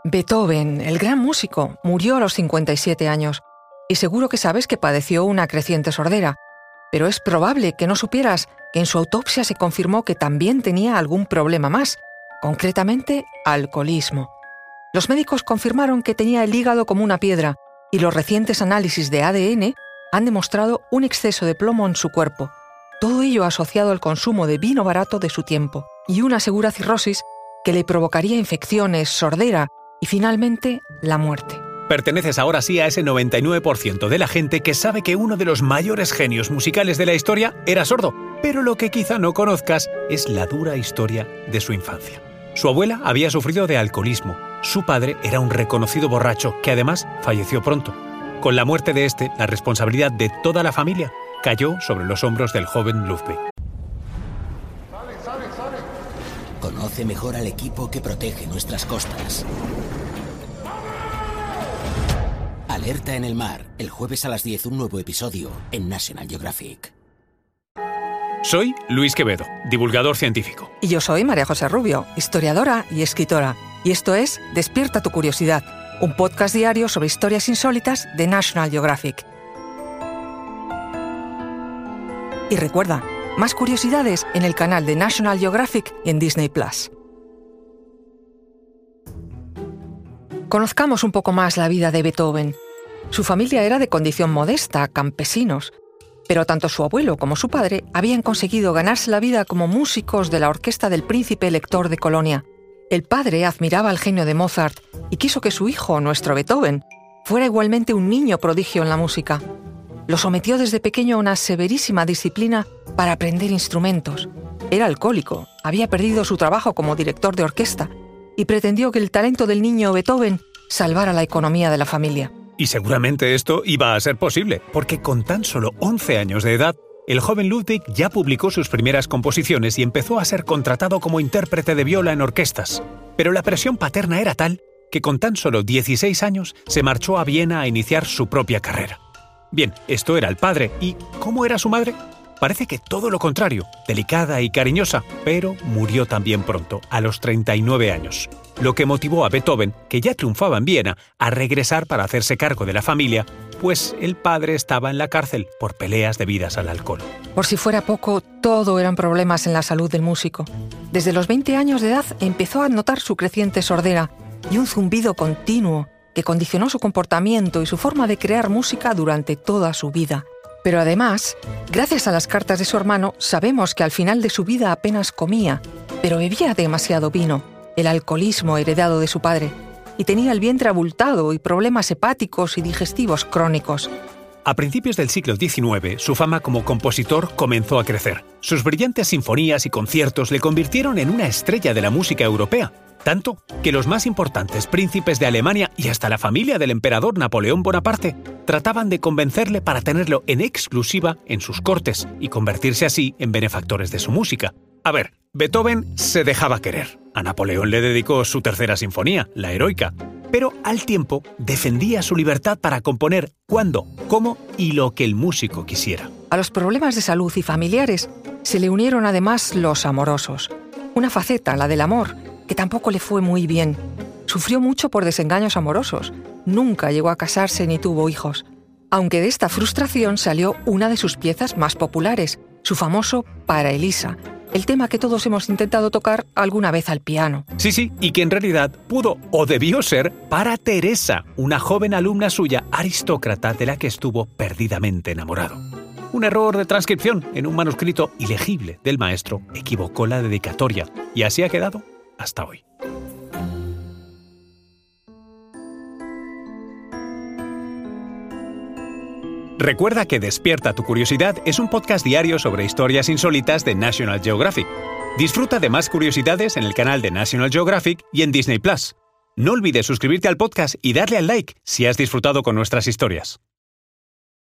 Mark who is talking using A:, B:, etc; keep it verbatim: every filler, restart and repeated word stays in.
A: Beethoven, el gran músico, murió a los cincuenta y siete años y seguro que sabes que padeció una creciente sordera, pero es probable que no supieras que en su autopsia se confirmó que también tenía algún problema más, concretamente alcoholismo. Los médicos confirmaron que tenía el hígado como una piedra y los recientes análisis de A D N han demostrado un exceso de plomo en su cuerpo, todo ello asociado al consumo de vino barato de su tiempo y una segura cirrosis que le provocaría infecciones, sordera y finalmente la muerte.
B: Perteneces ahora sí a ese noventa y nueve por ciento de la gente que sabe que uno de los mayores genios musicales de la historia era sordo, pero lo que quizá no conozcas es la dura historia de su infancia. Su abuela había sufrido de alcoholismo. Su padre era un reconocido borracho que además falleció pronto. Con la muerte de este, la responsabilidad de toda la familia cayó sobre los hombros del joven Ludwig.
C: Conoce mejor al equipo que protege nuestras costas. Alerta en el mar. El jueves a las diez, un nuevo episodio en National Geographic.
B: Soy Luis Quevedo, divulgador científico.
A: Y yo soy María José Rubio, historiadora y escritora. Y esto es Despierta tu curiosidad, un podcast diario sobre historias insólitas de National Geographic. Y recuerda, más curiosidades en el canal de National Geographic y en Disney Plus. Conozcamos un poco más la vida de Beethoven. Su familia era de condición modesta, campesinos, pero tanto su abuelo como su padre habían conseguido ganarse la vida como músicos de la orquesta del príncipe elector de Colonia. El padre admiraba el genio de Mozart y quiso que su hijo, nuestro Beethoven, fuera igualmente un niño prodigio en la música. Lo sometió desde pequeño a una severísima disciplina para aprender instrumentos. Era alcohólico, había perdido su trabajo como director de orquesta y pretendió que el talento del niño Beethoven salvara la economía de la familia.
B: Y seguramente esto iba a ser posible, porque con tan solo once años de edad, el joven Ludwig ya publicó sus primeras composiciones y empezó a ser contratado como intérprete de viola en orquestas. Pero la presión paterna era tal que con tan solo dieciséis años se marchó a Viena a iniciar su propia carrera. Bien, esto era el padre. ¿Y cómo era su madre? Parece que todo lo contrario, delicada y cariñosa, pero murió también pronto, a los treinta y nueve años. Lo que motivó a Beethoven, que ya triunfaba en Viena, a regresar para hacerse cargo de la familia, pues el padre estaba en la cárcel por peleas debidas al alcohol.
A: Por si fuera poco, todo eran problemas en la salud del músico. Desde los veinte años de edad empezó a notar su creciente sordera y un zumbido continuo que condicionó su comportamiento y su forma de crear música durante toda su vida. Pero además, gracias a las cartas de su hermano, sabemos que al final de su vida apenas comía, pero bebía demasiado vino, el alcoholismo heredado de su padre, y tenía el vientre abultado y problemas hepáticos y digestivos crónicos.
B: A principios del siglo diecinueve, su fama como compositor comenzó a crecer. Sus brillantes sinfonías y conciertos le convirtieron en una estrella de la música europea, tanto que los más importantes príncipes de Alemania y hasta la familia del emperador Napoleón Bonaparte trataban de convencerle para tenerlo en exclusiva en sus cortes y convertirse así en benefactores de su música. A ver, Beethoven se dejaba querer. A Napoleón le dedicó su tercera sinfonía, la Heroica, pero al tiempo defendía su libertad para componer cuándo, cómo y lo que el músico quisiera.
A: A los problemas de salud y familiares se le unieron además los amorosos. Una faceta, la del amor, que tampoco le fue muy bien. Sufrió mucho por desengaños amorosos. Nunca llegó a casarse ni tuvo hijos. Aunque de esta frustración salió una de sus piezas más populares, su famoso Para Elisa, el tema que todos hemos intentado tocar alguna vez al piano.
B: Sí, sí, y que en realidad pudo o debió ser para Teresa, una joven alumna suya aristócrata de la que estuvo perdidamente enamorado. Un error de transcripción en un manuscrito ilegible del maestro equivocó la dedicatoria y así ha quedado hasta hoy. Recuerda que Despierta tu curiosidad es un podcast diario sobre historias insólitas de National Geographic. Disfruta de más curiosidades en el canal de National Geographic y en Disney Plus. No olvides suscribirte al podcast y darle al like si has disfrutado con nuestras historias.